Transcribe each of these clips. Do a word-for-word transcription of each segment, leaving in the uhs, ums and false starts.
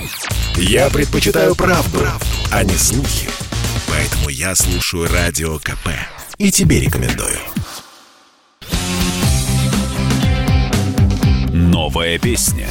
Я предпочитаю правду, правду, а не слухи. Поэтому я слушаю Радио КП. И тебе рекомендую. Новая песня.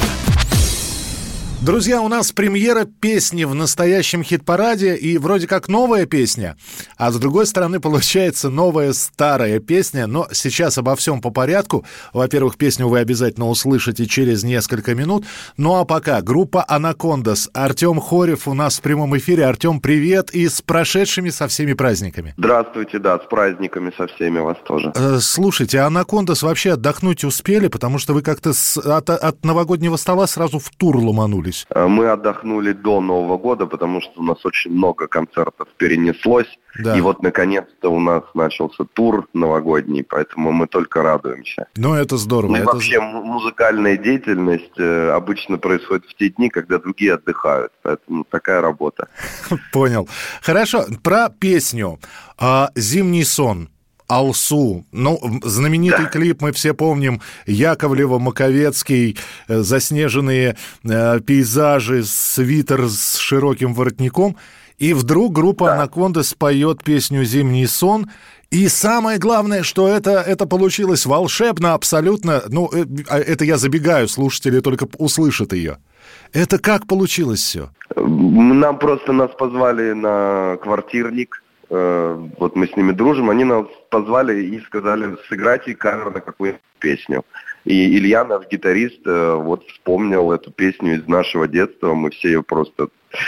Друзья, у нас премьера песни в настоящем хит-параде, и вроде как новая песня, а с другой стороны получается новая старая песня, но сейчас обо всем по порядку. Во-первых, песню вы обязательно услышите через несколько минут, ну а пока группа «Анакондас». Артем Хорев у нас в прямом эфире. Артем, привет, и с прошедшими со всеми праздниками. Здравствуйте, да, с праздниками со всеми вас тоже. Э, слушайте, «Анакондас» вообще отдохнуть успели, потому что вы как-то с, от, от новогоднего стола сразу в тур ломанулись. Мы отдохнули до Нового года, потому что у нас очень много концертов перенеслось. Да. И вот, наконец-то, у нас начался тур новогодний, поэтому мы только радуемся. Ну, это здорово. И это... вообще музыкальная деятельность обычно происходит в те дни, когда другие отдыхают. Поэтому такая работа. Понял. Хорошо. Про песню «Зимний сон». Алсу. Ну, знаменитый да. клип мы все помним. Яковлева, Маковецкий, заснеженные э, пейзажи, свитер с широким воротником. И вдруг группа да. «Анакондас» поет песню «Зимний сон». И самое главное, что это, это получилось волшебно абсолютно. Ну, это я забегаю, слушатели только услышат ее. Это как получилось все? Нам просто нас позвали на квартирник. Вот мы с ними дружим, они нас позвали и сказали, сыграйте кавер на какую-нибудь песню. И Илья, наш гитарист, вот вспомнил эту песню из нашего детства, мы все ее просто,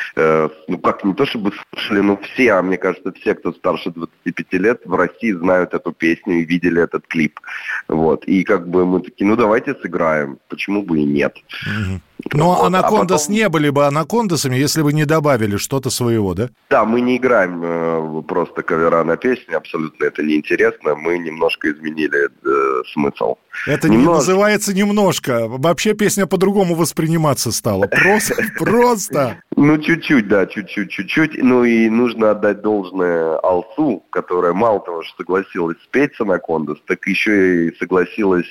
ну как, не то чтобы слушали, но все, а мне кажется, все, кто старше двадцати пяти лет в России знают эту песню и видели этот клип. Вот, и как бы мы такие, ну давайте сыграем, почему бы и нет. Mm-hmm. Но вот, «Анакондас» а потом... не были бы «Анакондасами», если бы не добавили что-то своего, да? Да, мы не играем э, просто кавера на песни, абсолютно это неинтересно. Мы немножко изменили э, смысл. Это Немнож... не называется «немножко». Вообще песня по-другому восприниматься стала. Просто, просто. Ну, чуть-чуть, да, чуть-чуть, чуть-чуть. Ну, и нужно отдать должное Алсу, которая мало того, что согласилась спеть с «Анакондас», так еще и согласилась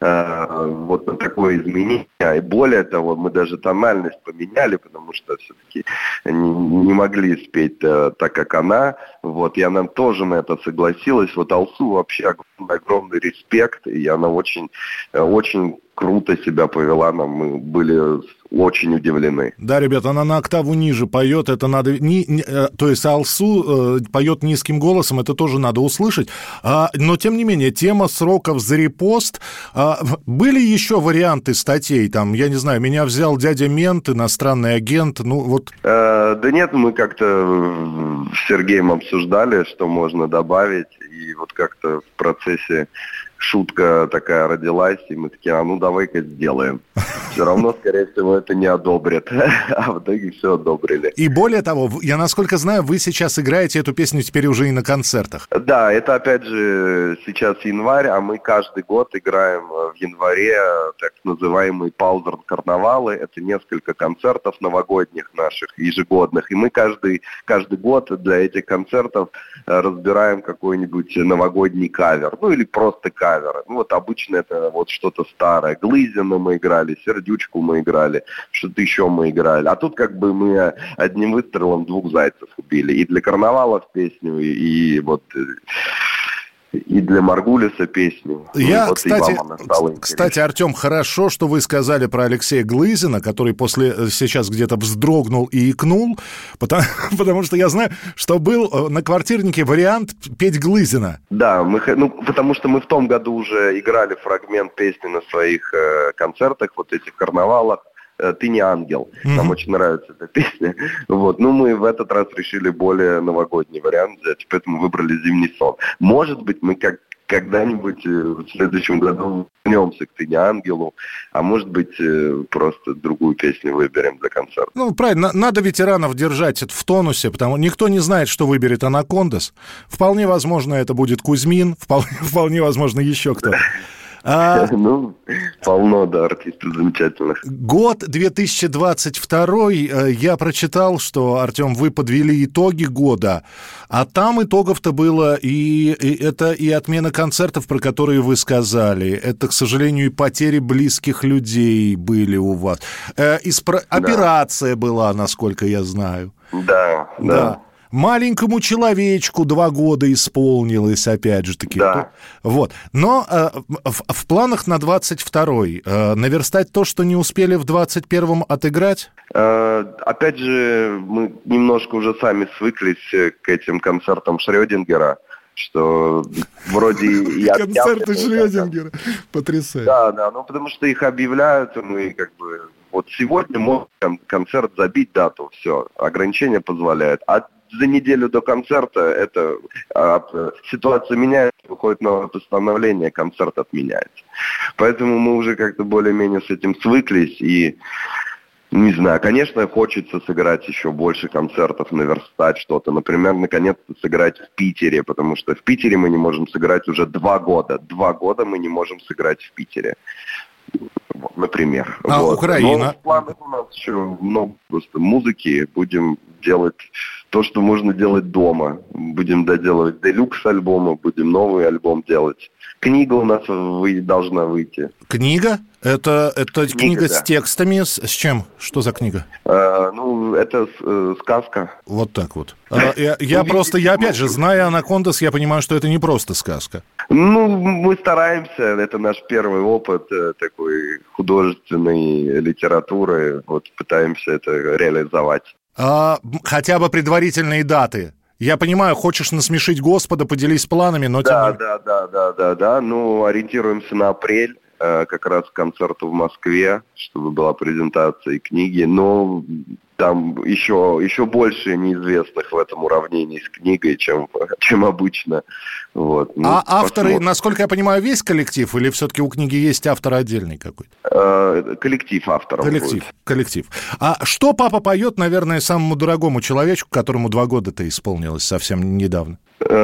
э, вот на такое изменение. И более того, мы даже тональность поменяли, потому что все-таки не, не могли спеть э, так, как она. Вот, и она тоже на это согласилась. Вот Алсу вообще огромный, огромный респект, и она очень, очень круто себя повела, нам мы были очень удивлены. Да, ребята, она на октаву ниже поет, это надо, не, не, то есть Алсу э, поет низким голосом, это тоже надо услышать, а, но тем не менее, тема сроков за репост, а, были еще варианты статей, там, я не знаю, меня взял дядя мент, иностранный агент, ну вот... Э, да нет, мы как-то с Сергеем обсуждали, что можно добавить, и вот как-то в процессе шутка такая родилась, и мы такие, а ну давай-ка сделаем. Все равно, скорее всего, это не одобрят. А в итоге все одобрили. И более того, я, насколько знаю, вы сейчас играете эту песню теперь уже и на концертах. Да, это опять же сейчас январь, а мы каждый год играем в январе так называемые паузер-карнавалы. Это несколько концертов новогодних наших, ежегодных. И мы каждый, каждый год для этих концертов разбираем какой-нибудь новогодний кавер. Ну или просто кавер. Ну вот обычно это вот что-то старое. Глызина мы играли, Сердючку мы играли, что-то еще мы играли. А тут как бы мы одним выстрелом двух зайцев убили. И для карнавалов песню, и вот... и для Маргулиса песню. Я, вот кстати, кстати, Артем, хорошо, что вы сказали про Алексея Глызина, который после сейчас где-то вздрогнул и икнул, потому, потому что я знаю, что был на квартирнике вариант петь Глызина. Да, мы, ну, потому что мы в том году уже играли фрагмент песни на своих э, концертах, вот этих карнавалах. «Ты не ангел». Mm-hmm. Нам очень нравится эта песня. Вот. Ну, мы в этот раз решили более новогодний вариант взять, поэтому выбрали «Зимний сон». Может быть, мы как когда-нибудь в следующем году вернемся к «Ты не ангелу», а может быть, просто другую песню выберем для концерта. Ну, правильно, надо ветеранов держать в тонусе, потому что никто не знает, что выберет «Анакондас». Вполне возможно, это будет Кузьмин, вполне, вполне возможно, еще кто-то. А... Ну, полно, да, артистов замечательных. Год две тысячи двадцать второй, я прочитал, что, Артем, вы подвели итоги года, а там итогов-то было и, и это и отмена концертов, про которые вы сказали, это, к сожалению, и потери близких людей были у вас. Э, испро... да. Операция была, насколько я знаю. Да, да. да. Маленькому человечку два года исполнилось, опять же таки. Да. Вот. Но э, в, в планах на двадцать второй э, наверстать то, что не успели в двадцать первом отыграть? Э, опять же, мы немножко уже сами свыклись к этим концертам Шрёдингера, что вроде... и Концерты Шрёдингера. Потрясающе. Да, да, ну потому что их объявляют, и мы как бы... Вот сегодня можем концерт забить дату, все, ограничения позволяют. А за неделю до концерта эта а, ситуация меняется, выходит новое постановление, концерт отменяется. Поэтому мы уже как-то более-менее с этим свыклись и... Не знаю, конечно, хочется сыграть еще больше концертов, наверстать что-то. Например, наконец-то сыграть в Питере, потому что в Питере мы не можем сыграть уже два года. Два года мы не можем сыграть в Питере. Вот, например. А вот. Украина? Но в планах у нас еще много просто музыки. Будем делать то, что можно делать дома. Будем доделывать делюкс-альбомы, будем новый альбом делать. Книга у нас вы, должна выйти. Книга? Это, это книга, книга да. с текстами? С, с чем? Что за книга? А, ну, это э, сказка. Вот так вот. А, я я просто, я опять же, зная «Анакондас», я понимаю, что это не просто сказка. Ну, мы стараемся. Это наш первый опыт э, такой художественной литературы. Вот пытаемся это реализовать. А, хотя бы предварительные даты. Я понимаю, хочешь насмешить Господа, поделись планами, но... Да, тем... да, да, да, да, да. Ну, ориентируемся на апрель, э, как раз к концерту в Москве, чтобы была презентация книги. Но там еще, еще больше неизвестных в этом уравнении с книгой, чем, чем обычно. Вот. Ну, а авторы, посмотрим. насколько я понимаю, весь коллектив, или все-таки у книги есть автор отдельный какой-то? Э, коллектив авторов. Коллектив, будет. коллектив. А что папа поет, наверное, самому дорогому человечку, которому два года-то исполнилось совсем недавно?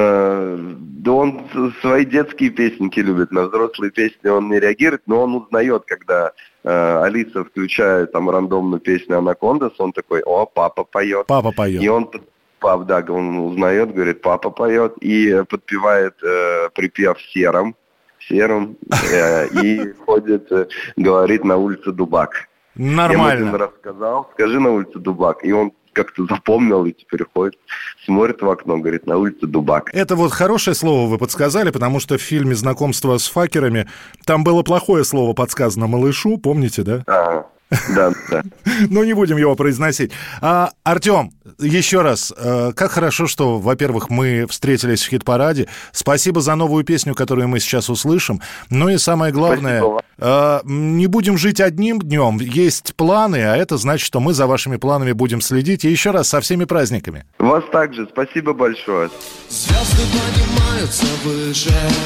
Э, да он свои детские песенки любит, на взрослые песни он не реагирует, но он узнает, когда э, Алиса включает там рандомную песню «Анакондас», он такой: о, папа поет. Папа поет. И он, пап, да, он узнает, говорит, папа поет, и подпевает э, припев «Серым», серым э, и ходит, э, говорит на улице Дубак. Нормально. Я ему один раз сказал: скажи на улице Дубак, и он как-то запомнил и теперь ходит, смотрит в окно, говорит, на улице Дубак. Это вот хорошее слово вы подсказали, потому что в фильме «Знакомство с факерами» там было плохое слово подсказано малышу, помните, да? Ага. Да, да. Ну, не будем его произносить. А, Артем, еще раз, как хорошо, что, во-первых, мы встретились в хит-параде. Спасибо за новую песню, которую мы сейчас услышим. Ну и самое главное, Спасибо. Не будем жить одним днем. Есть планы, а это значит, что мы за вашими планами будем следить. И еще раз со всеми праздниками. Вас также. Спасибо большое. Звезды поднимаются выше,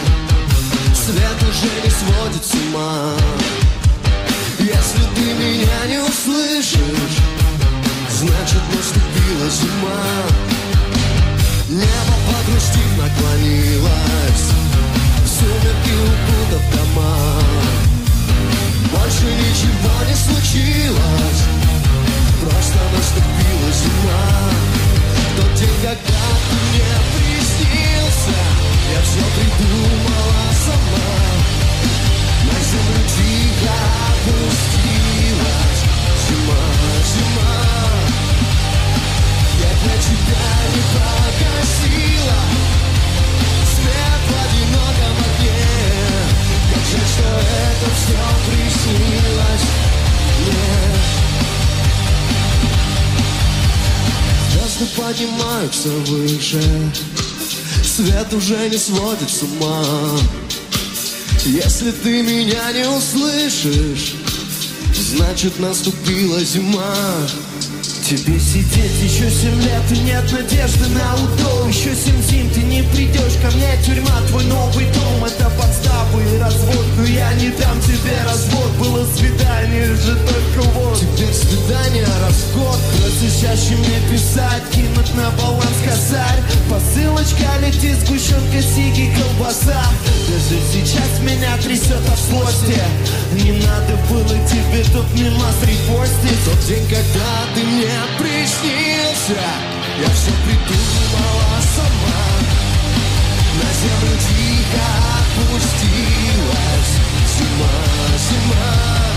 свет уже не сводит с ума. Если ты меня не услышишь, значит наступила зима. Небо погрустив наклонилось, сумерки укутав дома. Больше ничего не случилось, просто наступила зима. Тот день, когда ты мне приснился, я все придумала сама. На землю тихо опустилась зима, зима. Я для тебя не погасила свет в одиноком огне. Как жаль, что это все приснилось мне. Звезды поднимаются выше, свет уже не сводит с ума. Если ты меня не услышишь, значит наступила зима. Тебе сидеть еще семь лет и нет надежды на удол. Еще семь зим ты не придешь ко мне, тюрьма твой новый дом. Это подставы и развод, но я не дам тебе развод. Было свидание же только вот. Теперь свидание раз в год, раз еще чаще мне писать, кинуть на баланс косарь. Посылочка летит, сгущенка, сиги, колбаса. Даже сейчас меня трясет от злости. Не надо было тебе тут мимо репостить. Тот день, когда ты мне приснился, я все придумала сама. На землю тихо опустилась зима, зима.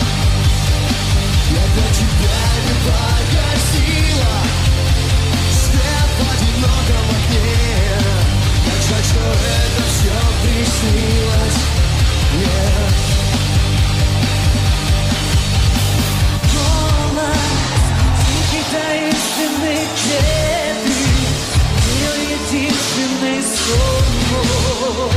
Я для тебя не погасила свет в одиноком окне. Как жаль, что это все приснилось мне. Голос тихий таинственный, где ты, мой единственный сон.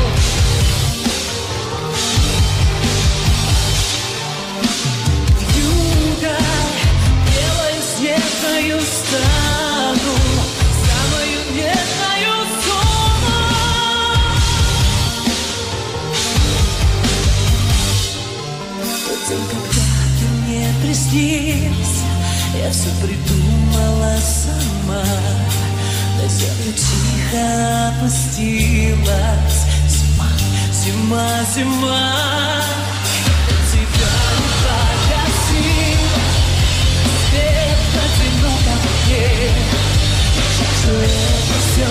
Нежною стану, самою нежною стану. Тот день, когда ты мне приснился, я все придумала сама. На землю тихо опустилась зима, зима, зима. Тебя не погасила свет в одиноком окне. Что это все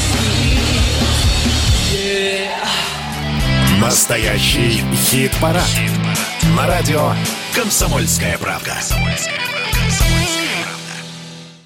приснилось. Yeah. Настоящий хит-парад. Хит-парад. На радио «Комсомольская правда».